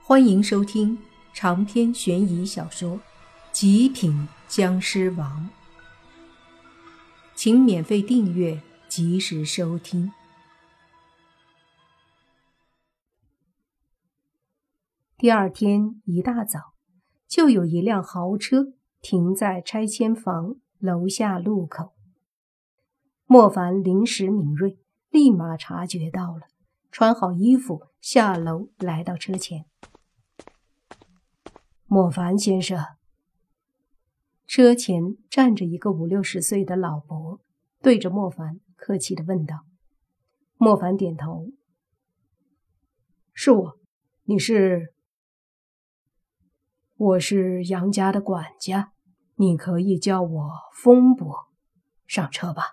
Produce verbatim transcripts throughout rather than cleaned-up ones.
欢迎收听长篇悬疑小说《极品僵尸王》，请免费订阅，及时收听。第二天一大早，就有一辆豪车停在拆迁房楼下路口。莫凡临时敏锐，立马察觉到了，穿好衣服下楼来到车前。莫凡先生。车前站着一个五六十岁的老伯，对着莫凡客气地问道。莫凡点头。是我，你是？我是杨家的管家，你可以叫我风伯。上车吧。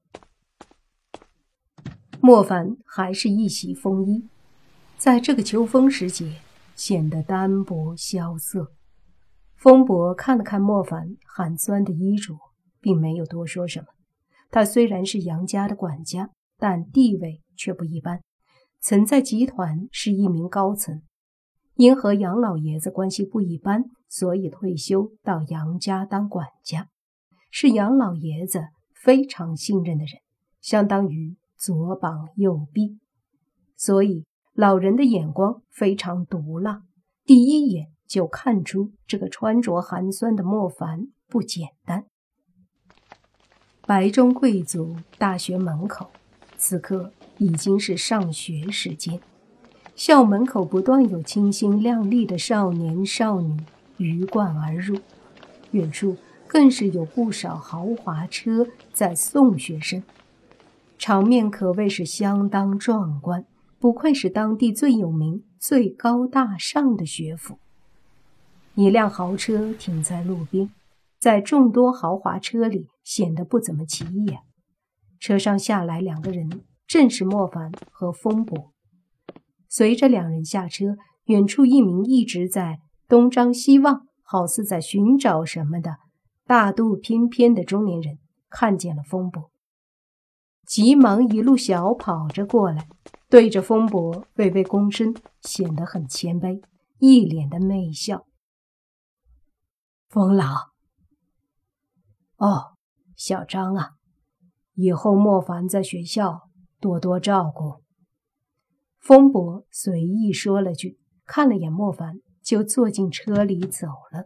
莫凡还是一袭风衣，在这个秋风时节显得单薄萧瑟。风伯看了看莫凡寒酸的衣着，并没有多说什么。他虽然是杨家的管家，但地位却不一般，曾在集团是一名高层，因和杨老爷子关系不一般，所以退休到杨家当管家，是杨老爷子非常信任的人，相当于左膀右臂，所以老人的眼光非常毒辣，第一眼就看出这个穿着寒酸的莫凡不简单。白中贵族大学门口，此刻已经是上学时间，校门口不断有清新亮丽的少年少女鱼贯而入，远处更是有不少豪华车在送学生，场面可谓是相当壮观，不愧是当地最有名最高大上的学府。一辆豪车停在路边，在众多豪华车里显得不怎么起眼。车上下来两个人，正是莫凡和风伯。随着两人下车，远处一名一直在东张西望，好似在寻找什么的大肚翩翩的中年人看见了风伯，急忙一路小跑着过来，对着风伯微微躬身，显得很谦卑，一脸的媚笑。风老。哦，小张啊，以后莫凡在学校多多照顾。风伯随意说了句，看了眼莫凡，就坐进车里走了。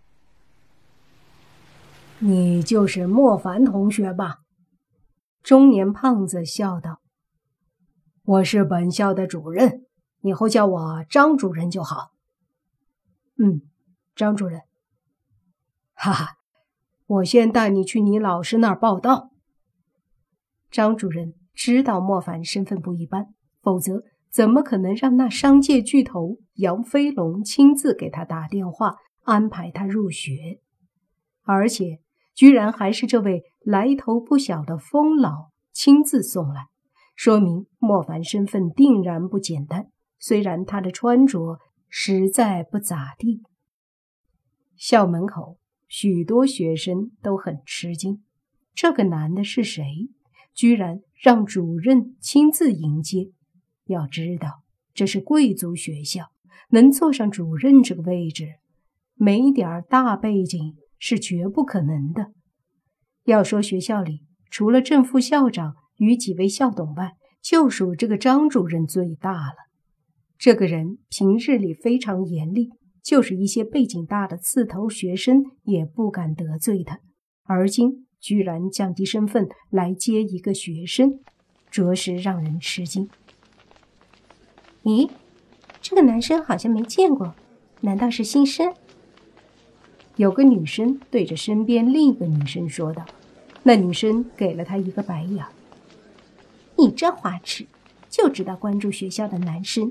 你就是莫凡同学吧？中年胖子笑道。我是本校的主任，以后叫我张主任就好。嗯，张主任。哈哈，我先带你去你老师那儿报到。张主任知道莫凡身份不一般，否则怎么可能让那商界巨头杨飞龙亲自给他打电话安排他入学，而且居然还是这位来头不小的风老亲自送来，说明莫凡身份定然不简单，虽然他的穿着实在不咋地。校门口许多学生都很吃惊，这个男的是谁？居然让主任亲自迎接。要知道，这是贵族学校，能坐上主任这个位置，没点大背景是绝不可能的。要说学校里，除了正副校长与几位校董外，就属这个张主任最大了。这个人平日里非常严厉，就是一些背景大的刺头学生也不敢得罪他，而今居然降低身份来接一个学生，着实让人吃惊。咦，这个男生好像没见过，难道是新生？有个女生对着身边另一个女生说道，那女生给了她一个白眼。你这花痴，就知道关注学校的男生。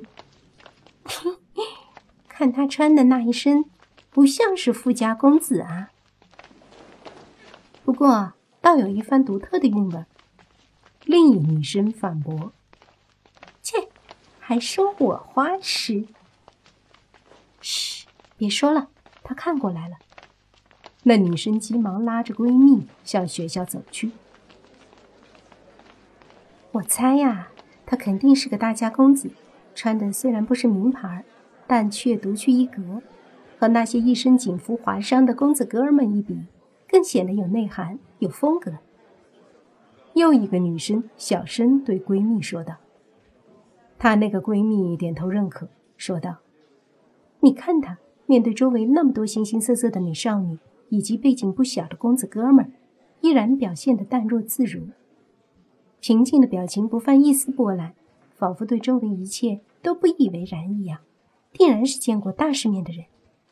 看他穿的那一身，不像是富家公子啊。不过倒有一番独特的韵味。另一女生反驳。切，还说我花痴。嘘，别说了，他看过来了。那女生急忙拉着闺蜜向学校走去。我猜呀，他肯定是个大家公子，穿的虽然不是名牌， 但却独具一格，和那些一身锦服华裳的公子哥儿们一比，更显得有内涵、有风格。又一个女生小声对闺蜜说道。她那个闺蜜点头认可，说道：你看她面对周围那么多形形色色的美少女以及背景不小的公子哥们，依然表现得淡若自如，平静的表情不泛一丝波澜，仿佛对周围一切都不以为然一样，定然是见过大世面的人。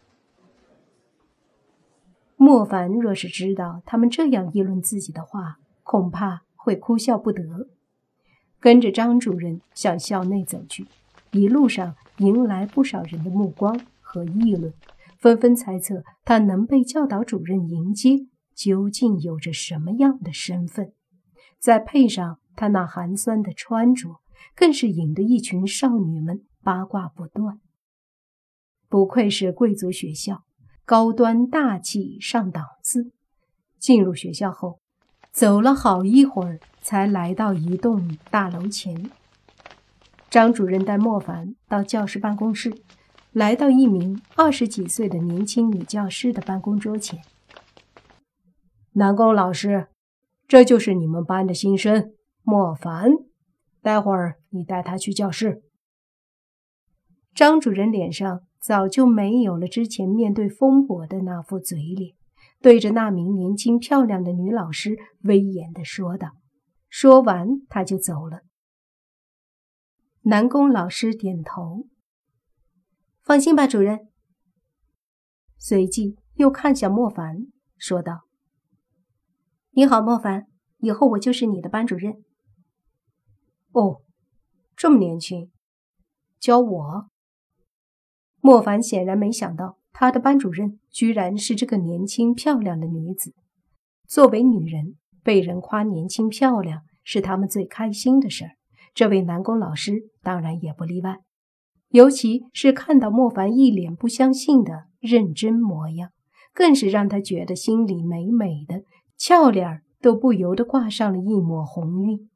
莫凡若是知道他们这样议论自己的话，恐怕会哭笑不得。跟着张主任向校内走去，一路上迎来不少人的目光和议论，纷纷猜测他能被教导主任迎接究竟有着什么样的身份。再配上他那寒酸的穿着，更是引得一群少女们八卦不断。不愧是贵族学校，高端大气上档次。进入学校后，走了好一会儿才来到一栋大楼前。张主任带莫凡到教师办公室，来到一名二十几岁的年轻女教师的办公桌前。南宫老师，这就是你们班的新生莫凡，待会儿你带他去教室。张主任脸上早就没有了之前面对风伯的那副嘴脸，对着那名年轻漂亮的女老师威严地说道。说完他就走了。南宫老师点头，放心吧，主任。随即又看向莫凡，说道：你好，莫凡，以后我就是你的班主任。哦，这么年轻，教我？莫凡显然没想到他的班主任居然是这个年轻漂亮的女子。作为女人，被人夸年轻漂亮是他们最开心的事儿，这位南宫老师当然也不例外。尤其是看到莫凡一脸不相信的认真模样，更是让他觉得心里美美的，俏脸都不由得挂上了一抹红晕。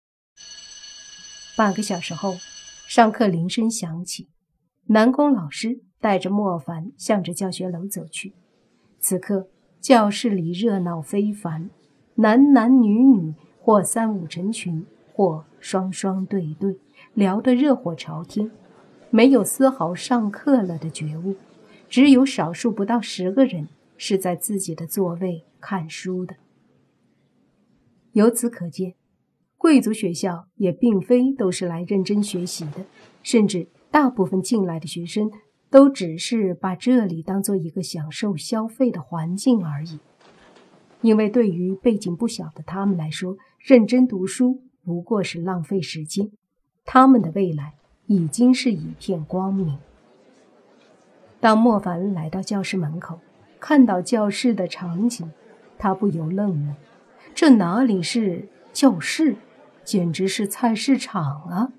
半个小时后，上课铃声响起，南宫老师带着莫凡向着教学楼走去。此刻教室里热闹非凡，男男女女或三五成群，或双双对对，聊得热火朝天，没有丝毫上课了的觉悟。只有少数不到十个人是在自己的座位看书的。由此可见，贵族学校也并非都是来认真学习的，甚至大部分进来的学生都只是把这里当做一个享受消费的环境而已。因为对于背景不小的他们来说，认真读书不过是浪费时间，他们的未来已经是一片光明。当莫凡来到教室门口，看到教室的场景，他不由愣了，这哪里是教室，简直是菜市场啊！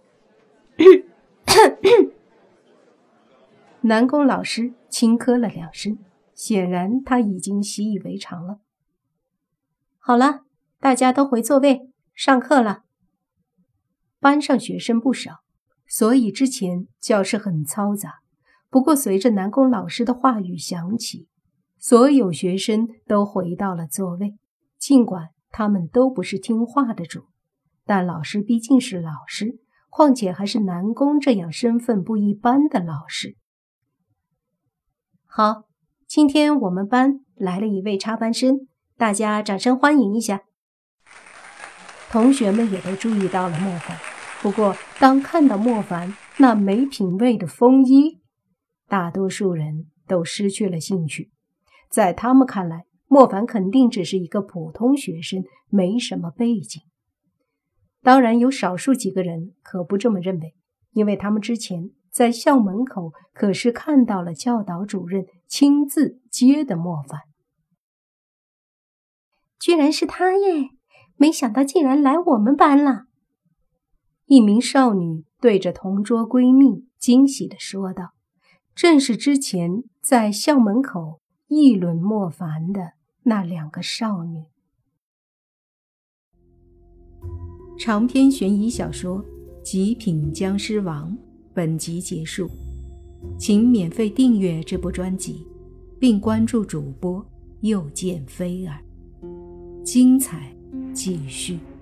南宫老师轻咳了两声，显然他已经习以为常了。好了，大家都回座位，上课了。班上学生不少，所以之前教室很嘈杂。不过随着南宫老师的话语响起，所有学生都回到了座位。尽管他们都不是听话的主，但老师毕竟是老师，况且还是南宫这样身份不一般的老师。好，今天我们班来了一位插班生，大家掌声欢迎一下。同学们也都注意到了莫凡，不过当看到莫凡那没品位的风衣，大多数人都失去了兴趣。在他们看来，莫凡肯定只是一个普通学生，没什么背景。当然有少数几个人可不这么认为，因为他们之前在校门口可是看到了教导主任亲自接的莫凡。居然是他耶，没想到竟然来我们班了。一名少女对着同桌闺蜜惊喜地说道，正是之前在校门口议论莫凡的那两个少女。长篇悬疑小说《极品僵尸王》本集结束， 请免费订阅这部专辑，并关注主播又见菲儿，精彩继续。